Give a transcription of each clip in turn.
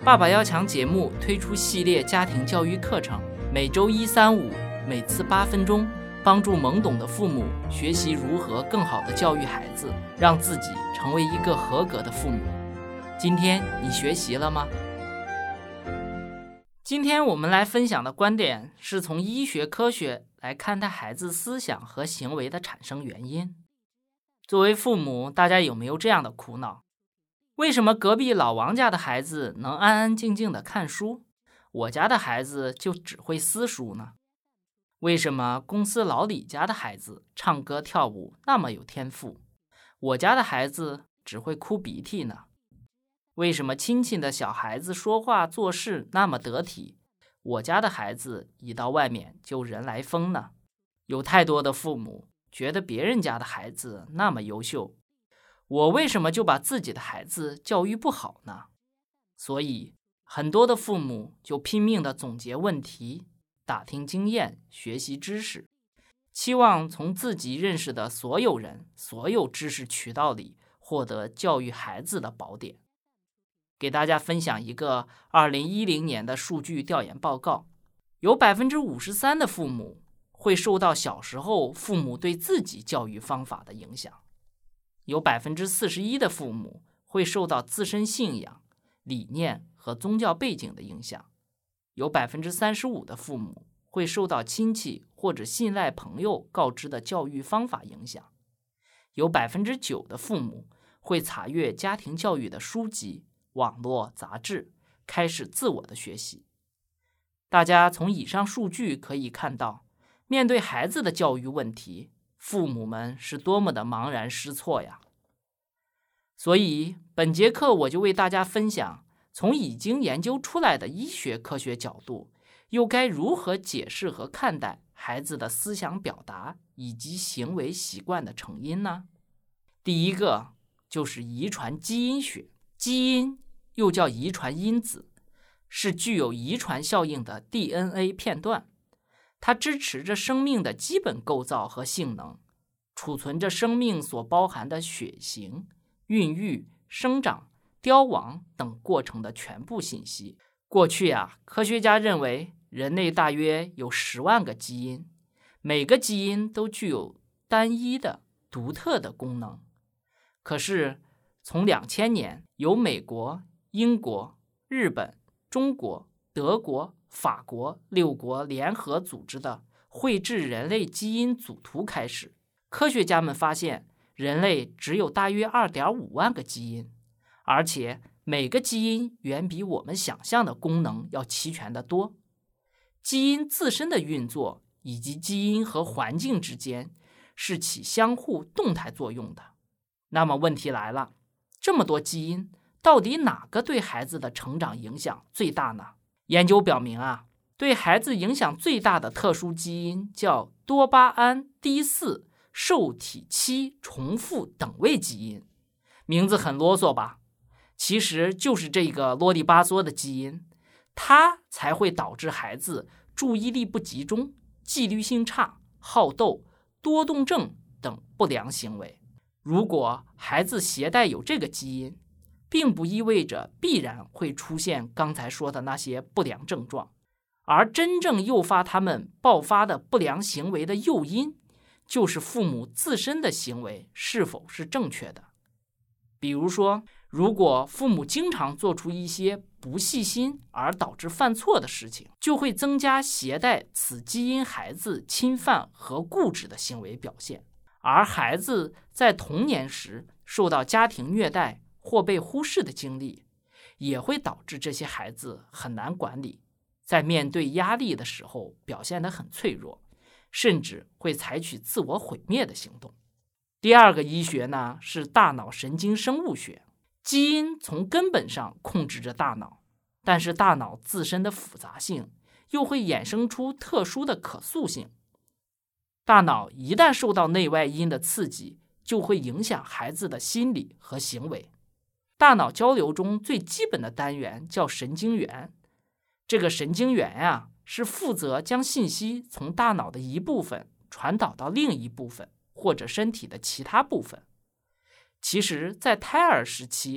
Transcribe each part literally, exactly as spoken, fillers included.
爸爸要强节目推出系列家庭教育课程，每周一、三、五，每次八分钟，帮助懵懂的父母学习如何更好地教育孩子，让自己成为一个合格的父母。今天你学习了吗？今天我们来分享的观点是从医学科学来看待孩子思想和行为的产生原因。作为父母，大家有没有这样的苦恼？为什么隔壁老王家的孩子能安安静静地看书，我家的孩子就只会撕书呢？为什么公司老李家的孩子唱歌跳舞那么有天赋，我家的孩子只会哭鼻涕呢？为什么亲戚的小孩子说话做事那么得体，我家的孩子一到外面就人来疯呢？有太多的父母觉得别人家的孩子那么优秀，我为什么就把自己的孩子教育不好呢？所以很多的父母就拼命地总结问题，打听经验，学习知识，期望从自己认识的所有人、所有知识渠道里获得教育孩子的宝典。给大家分享一个二零一零年的数据调研报告，有 百分之五十三 的父母会受到小时候父母对自己教育方法的影响，有 百分之四十一 的父母会受到自身信仰、理念和宗教背景的影响，有 百分之三十五 的父母会受到亲戚或者信赖朋友告知的教育方法影响，有 百分之九 的父母会查阅家庭教育的书籍、网络杂志，开始自我的学习。大家从以上数据可以看到，面对孩子的教育问题，父母们是多么的茫然失措呀！所以本节课我就为大家分享，从已经研究出来的医学科学角度，又该如何解释和看待孩子的思想表达以及行为习惯的成因呢？第一个就是遗传基因学。基因又叫遗传因子，是具有遗传效应的 D N A 片段，它支持着生命的基本构造和性能，储存着生命所包含的血型、孕育、生长、凋亡等过程的全部信息。过去啊，科学家认为人类大约有十万个基因，每个基因都具有单一的、独特的功能。可是从两千年由美国、英国、日本、中国、德国、法国六国联合组织的绘制人类基因组图开始，科学家们发现人类只有大约 二点五万个基因，而且每个基因远比我们想象的功能要齐全得多。基因自身的运作以及基因和环境之间是起相互动态作用的。那么问题来了，这么多基因，到底哪个对孩子的成长影响最大呢？研究表明啊，对孩子影响最大的特殊基因叫多巴胺 D 四 受体期重复等位基因。名字很啰嗦吧？其实就是这个啰里吧嗦的基因，它才会导致孩子注意力不集中、纪律性差、好斗、多动症等不良行为。如果孩子携带有这个基因，并不意味着必然会出现刚才说的那些不良症状，而真正诱发他们爆发的不良行为的诱因，就是父母自身的行为是否是正确的。比如说，如果父母经常做出一些不细心而导致犯错的事情，就会增加携带此基因孩子侵犯和固执的行为表现。而孩子在童年时受到家庭虐待或被忽视的经历，也会导致这些孩子很难管理，在面对压力的时候表现得很脆弱，甚至会采取自我毁灭的行动。第二个医学呢，是大脑神经生物学。基因从根本上控制着大脑，但是大脑自身的复杂性又会衍生出特殊的可塑性。大脑一旦受到内外因的刺激，就会影响孩子的心理和行为。大脑交流中最基本的单元叫神经元，这个神经元啊，是负责将信息从大脑的一部分传导到另一部分或者身体的其他部分。其实在胎儿时期，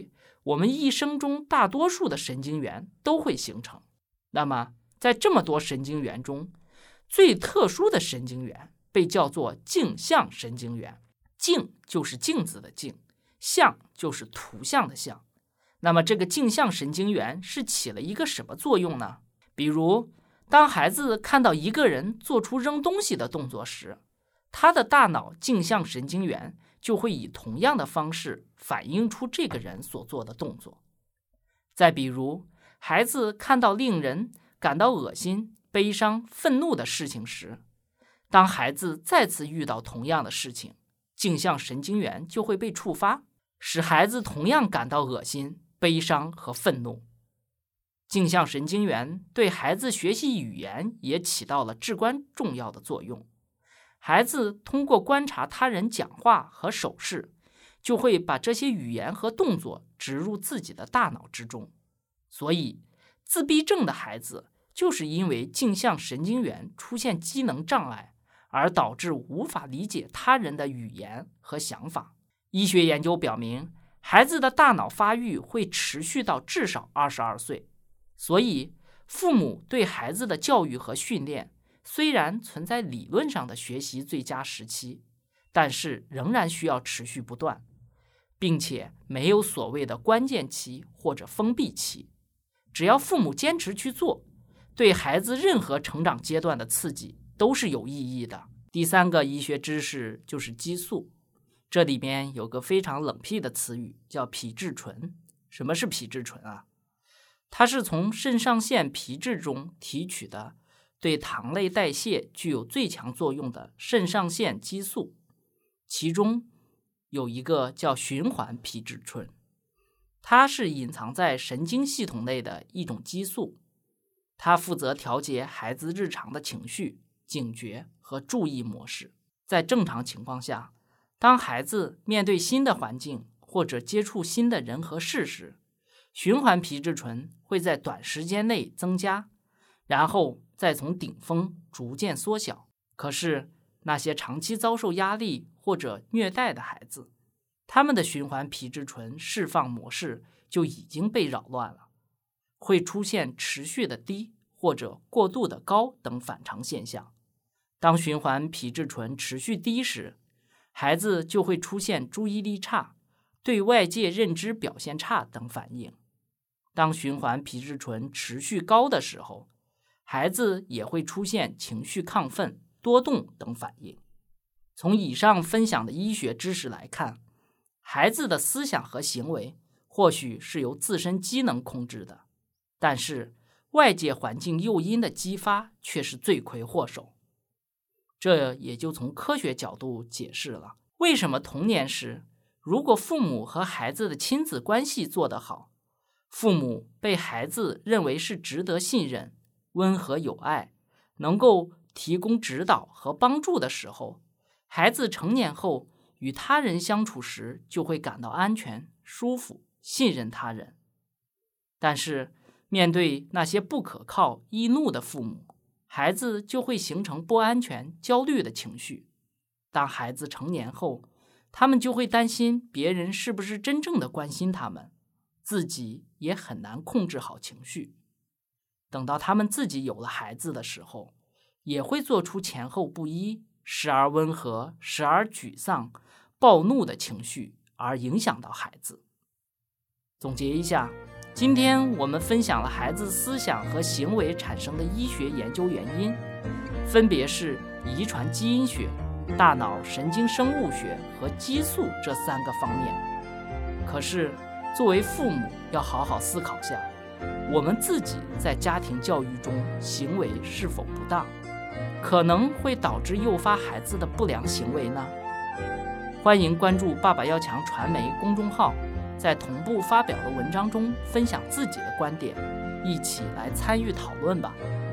我们一生中大多数的神经元都会形成。那么在这么多神经元中，最特殊的神经元被叫做镜像神经元。镜就是镜子的镜，像就是图像的像。那么这个镜像神经元是起了一个什么作用呢？比如当孩子看到一个人做出扔东西的动作时，他的大脑镜像神经元就会以同样的方式反映出这个人所做的动作。再比如孩子看到令人感到恶心、悲伤、愤怒的事情时，当孩子再次遇到同样的事情，镜像神经元就会被触发，使孩子同样感到恶心、悲伤和愤怒。镜像神经元对孩子学习语言也起到了至关重要的作用。孩子通过观察他人讲话和手势，就会把这些语言和动作植入自己的大脑之中。所以自闭症的孩子就是因为镜像神经元出现机能障碍，而导致无法理解他人的语言和想法。医学研究表明，孩子的大脑发育会持续到至少二十二岁，所以父母对孩子的教育和训练虽然存在理论上的学习最佳时期，但是仍然需要持续不断，并且没有所谓的关键期或者封闭期。只要父母坚持去做，对孩子任何成长阶段的刺激都是有意义的。第三个医学知识就是激素，这里面有个非常冷僻的词语叫皮质醇。什么是皮质醇啊？它是从肾上腺皮质中提取的对糖类代谢具有最强作用的肾上腺激素，其中有一个叫循环皮质醇，它是隐藏在神经系统内的一种激素，它负责调节孩子日常的情绪、警觉和注意模式。在正常情况下，当孩子面对新的环境或者接触新的人和事时，循环皮质醇会在短时间内增加，然后再从顶峰逐渐缩小。可是那些长期遭受压力或者虐待的孩子，他们的循环皮质醇释放模式就已经被扰乱了，会出现持续的低或者过度的高等反常现象。当循环皮质醇持续低时，孩子就会出现注意力差、对外界认知表现差等反应。当循环皮质醇持续高的时候，孩子也会出现情绪亢奋、多动等反应。从以上分享的医学知识来看，孩子的思想和行为或许是由自身机能控制的，但是外界环境诱因的激发却是罪魁祸首。这也就从科学角度解释了为什么童年时，如果父母和孩子的亲子关系做得好，父母被孩子认为是值得信任、温和有爱，能够提供指导和帮助的时候，孩子成年后与他人相处时就会感到安全、舒服、信任他人。但是面对那些不可靠、易怒的父母，孩子就会形成不安全、焦虑的情绪。当孩子成年后，他们就会担心别人是不是真正的关心他们，自己也很难控制好情绪。等到他们自己有了孩子的时候，也会做出前后不一、时而温和、时而沮丧、暴怒的情绪，而影响到孩子。总结一下，今天我们分享了孩子思想和行为产生的医学研究原因，分别是遗传基因学、大脑神经生物学和激素这三个方面。可是作为父母要好好思考下，我们自己在家庭教育中行为是否不当，可能会导致诱发孩子的不良行为呢？欢迎关注爸爸要强传媒公众号，在同步发表的文章中分享自己的观点，一起来参与讨论吧。